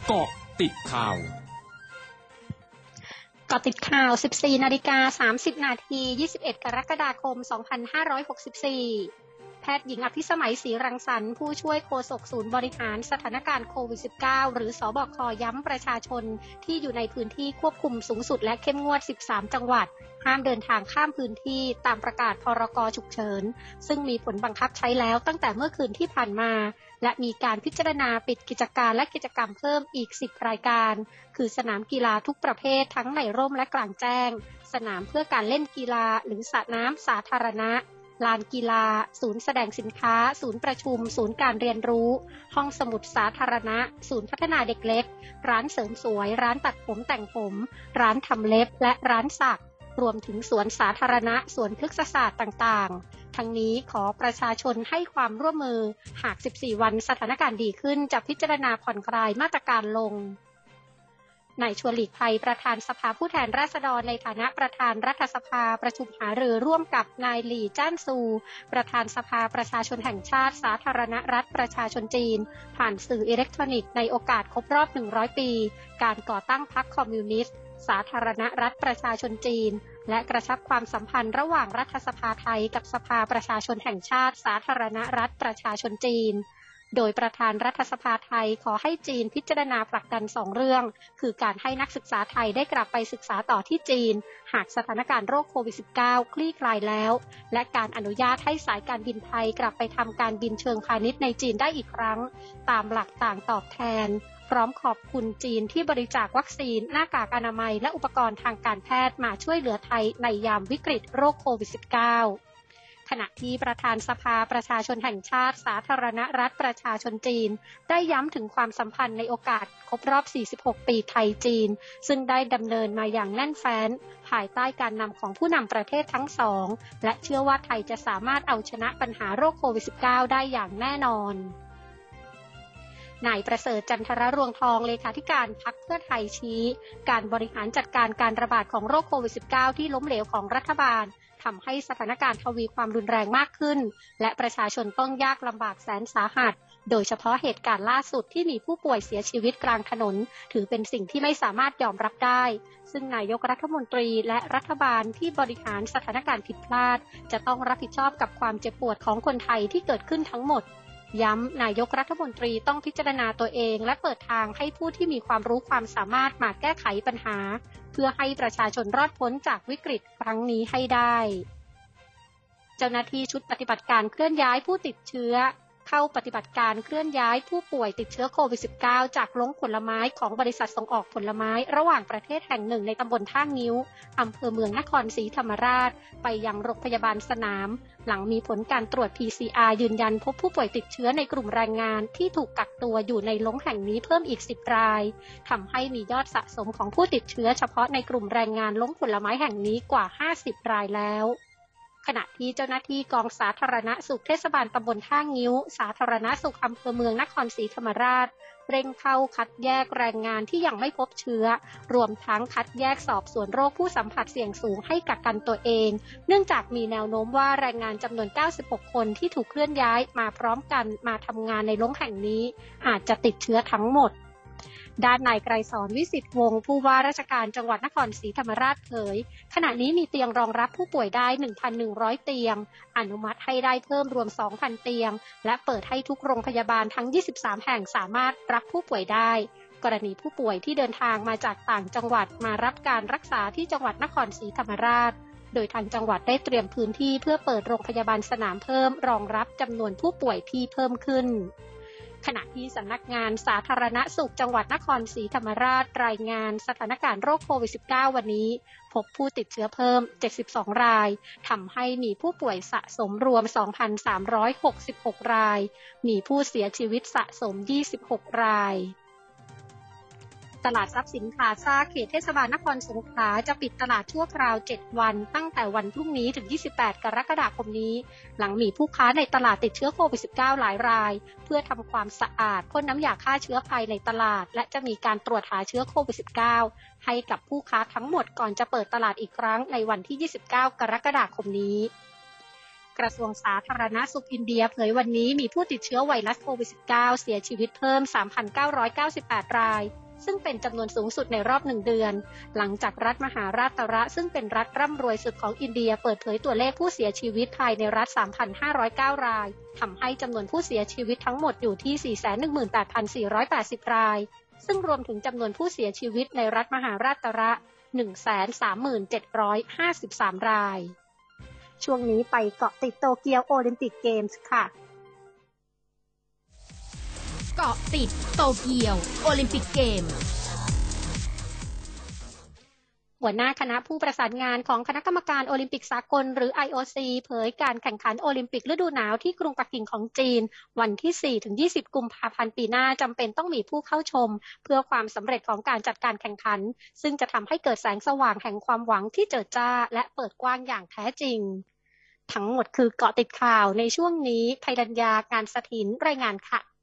เกาะติดข่าวเกาะติดข่าว 14:30 น. 21 กรกฎาคม 2564แพทย์หญิงอภิสมัยศรีรังสรรค์ผู้ช่วยโฆษกศูนย์บริหารสถานการณ์โควิด -19 หรือสบคย้ำประชาชนที่อยู่ในพื้นที่ควบคุมสูงสุดและเข้มงวด 13 จังหวัดห้ามเดินทางข้ามพื้นที่ตามประกาศพรก.ฉุกเฉินซึ่งมีผลบังคับใช้แล้วตั้งแต่เมื่อคืนที่ผ่านมาและมีการพิจารณาปิดกิจการและกิจกรรมเพิ่มอีก 10 รายการคือสนามกีฬาทุกประเภททั้งในร่มและกลางแจ้งสนามเพื่อการเล่นกีฬาหรือสระน้ำสาธารณะลานกีฬาศูนย์แสดงสินค้าศูนย์ประชุมศูนย์การเรียนรู้ห้องสมุดสาธารณะศูนย์พัฒนาเด็กเล็กร้านเสริมสวยร้านตัดผมแต่งผมร้านทำเล็บและร้านสักรวมถึงสวนสาธารณะสวนพฤกษศาสตร์ต่างๆทั้งนี้ขอประชาชนให้ความร่วมมือหาก 14 วันสถานการณ์ดีขึ้นจะพิจารณาผ่อนคลายมาตรการลงนายชวนหลีกภัยประธานสภาผู้แทนราษฎรในฐานะประธานรัฐสภาประชุมหารือร่วมกับนายหลี่จ้านซูประธานสภาประชาชนแห่งชาติสาธารณรัฐประชาชนจีนผ่านสื่ออิเล็กทรอนิกส์ในโอกาสครบรอบ100 ปีการก่อตั้งพรรคคอมมิวนิสต์สาธารณรัฐประชาชนจีนและกระชับความสัมพันธ์ระหว่างรัฐสภาไทยกับสภาประชาชนแห่งชาติสาธารณรัฐประชาชนจีนโดยประธานรัฐสภาไทยขอให้จีนพิจารณาผลักดัน2 เรื่องคือการให้นักศึกษาไทยได้กลับไปศึกษาต่อที่จีนหากสถานการณ์โรคโควิด -19 คลี่คลายแล้วและการอนุญาตให้สายการบินไทยกลับไปทำการบินเชิงพาณิชย์ในจีนได้อีกครั้งตามหลักต่างตอบแทนพร้อมขอบคุณจีนที่บริจาควัคซีนหน้ากากอนามัยและอุปกรณ์ทางการแพทย์มาช่วยเหลือไทยในยามวิกฤตโรคโควิด -19ขณะที่ประธานสภาประชาชนแห่งชาติสาธารณรัฐประชาชนจีนได้ย้ำถึงความสัมพันธ์ในโอกาสครบรอบ 46 ปีไทยจีนซึ่งได้ดำเนินมาอย่างแน่นแฟ้นภายใต้การนำของผู้นำประเทศทั้งสองและเชื่อว่าไทยจะสามารถเอาชนะปัญหาโรคโควิด -19 ได้อย่างแน่นอนนายประเสริฐจันทรรวงทองเลขาธิการพรรคเพื่อไทยชี้การบริหารจัดการการระบาดของโรคโควิด -19 ที่ล้มเหลวของรัฐบาลทำให้สถานการณ์ทวีความรุนแรงมากขึ้นและประชาชนต้องยากลำบากแสนสาหัสโดยเฉพาะเหตุการณ์ล่าสุดที่มีผู้ป่วยเสียชีวิตกลางถนนถือเป็นสิ่งที่ไม่สามารถยอมรับได้ซึ่งนายกรัฐมนตรีและรัฐบาลที่บริหารสถานการณ์ผิดพลาดจะต้องรับผิดชอบกับความเจ็บปวดของคนไทยที่เกิดขึ้นทั้งหมดย้ำนายกรัฐมนตรีต้องพิจารณาตัวเองและเปิดทางให้ผู้ที่มีความรู้ความสามารถมาแก้ไขปัญหาเพื่อให้ประชาชนรอดพ้นจากวิกฤตครั้งนี้ให้ได้เจ้าหน้าที่ชุดปฏิบัติการเคลื่อนย้ายผู้ติดเชื้อเข้าปฏิบัติการเคลื่อนย้ายผู้ป่วยติดเชื้อโควิด -19 จากลงผลไม้ของบริษัทส่งออกผลไม้ระหว่างประเทศแห่งหนึ่งในตำบลท่างิ้วอำเภอเมืองนครศรีธรรมราชไปยังโรงพยาบาลสนามหลังมีผลการตรวจ PCR ยืนยันพบผู้ป่วยติดเชื้อในกลุ่มแรงงานที่ถูกกักตัวอยู่ในลงแห่งนี้เพิ่มอีก 10 รายทำให้มียอดสะสมของผู้ติดเชื้อเฉพาะในกลุ่มแรงงานลงผลไม้แห่งนี้กว่า 50 รายแล้วขณะที่เจ้าหน้าที่กองสาธารณสุขเทศบาลตำบลท่างิ้วสาธารณสุขอำเภอเมืองนครศรีธรรมราชเร่งเข้าคัดแยกแรงงานที่ยังไม่พบเชื้อรวมทั้งคัดแยกสอบสวนโรคผู้สัมผัสเสี่ยงสูงให้กักกันตัวเองเนื่องจากมีแนวโน้มว่าแรงงานจำนวน96 คนที่ถูกเคลื่อนย้ายมาพร้อมกันมาทำงานในโรงแห่งนี้อาจจะติดเชื้อทั้งหมดด้านนายไกรสอนวิสิทธิ์วงศ์ผู้ว่าราชการจังหวัดนครศรีธรรมราชเผยขณะนี้มีเตียงรองรับผู้ป่วยได้ 1,100 เตียงอนุมัติให้ได้เพิ่มรวม 2,000 เตียงและเปิดให้ทุกโรงพยาบาลทั้ง 23 แห่งสามารถรับผู้ป่วยได้กรณีผู้ป่วยที่เดินทางมาจากต่างจังหวัดมารับการรักษาที่จังหวัดนครศรีธรรมราชโดยทางจังหวัดได้เตรียมพื้นที่เพื่อเปิดโรงพยาบาลสนามเพิ่มรองรับจำนวนผู้ป่วยที่เพิ่มขึ้นขณะที่สำนักงานสาธารณสุขจังหวัดนครศรีธรรมราชรายงานสถานการณ์โรคโควิด -19 วันนี้พบผู้ติดเชื้อเพิ่ม72 รายทำให้มีผู้ป่วยสะสมรวม 2,366 รายมีผู้เสียชีวิตสะสม26 รายตลาดทรัพย์สินพลาซ่าเขตเทศบาลนครสงขลาจะปิดตลาดชั่วคราว7 วันตั้งแต่วันพรุ่งนี้ถึง28 กรกฎาคมนี้หลังมีผู้ค้าในตลาดติดเชื้อโควิด -19 หลายรายเพื่อทำความสะอาดพ่นน้ำยาฆ่าเชื้อภายในตลาดและจะมีการตรวจหาเชื้อโควิด -19 ให้กับผู้ค้าทั้งหมดก่อนจะเปิดตลาดอีกครั้งในวันที่29 กรกฎาคมนี้กระทรวงสาธารณสุขอินเดียเผยวันนี้มีผู้ติดเชื้อไวรัสโควิด -19 เสียชีวิตเพิ่ม 3,998 รายซึ่งเป็นจำนวนสูงสุดในรอบ1 เดือนหลังจากรัฐมหาราชระซึ่งเป็นรัฐร่ำรวยสุดของอินเดียเปิดเผยตัวเลขผู้เสียชีวิตภายในรัฐ 3,509 รายทำให้จำนวนผู้เสียชีวิตทั้งหมดอยู่ที่ 418,480 รายซึ่งรวมถึงจำนวนผู้เสียชีวิตในรัฐมหาราชระ 137,553 รายช่วงนี้ไปเกาะติดโตเกียวโอลิมปิกเกมส์ค่ะเกาะติดโตเกียวโอลิมปิกเกมส์หัวหน้าคณะผู้ประสานงานของคณะกรรมการโอลิมปิกสากลหรือ IOC เผยการแข่งขันโอลิมปิกฤดูหนาวที่กรุงปักกิ่งของจีนวันที่ 4-20 กุมภาพันธ์ปีหน้าจำเป็นต้องมีผู้เข้าชมเพื่อความสำเร็จของการจัดการแข่งขันซึ่งจะทำให้เกิดแสงสว่างแห่งความหวังที่เจิดจ้าและเปิดกว้างอย่างแท้จริงทั้งหมดคือเกาะติดข่าวในช่วงนี้ภัยรัญญา การสถินรายงานค่ะ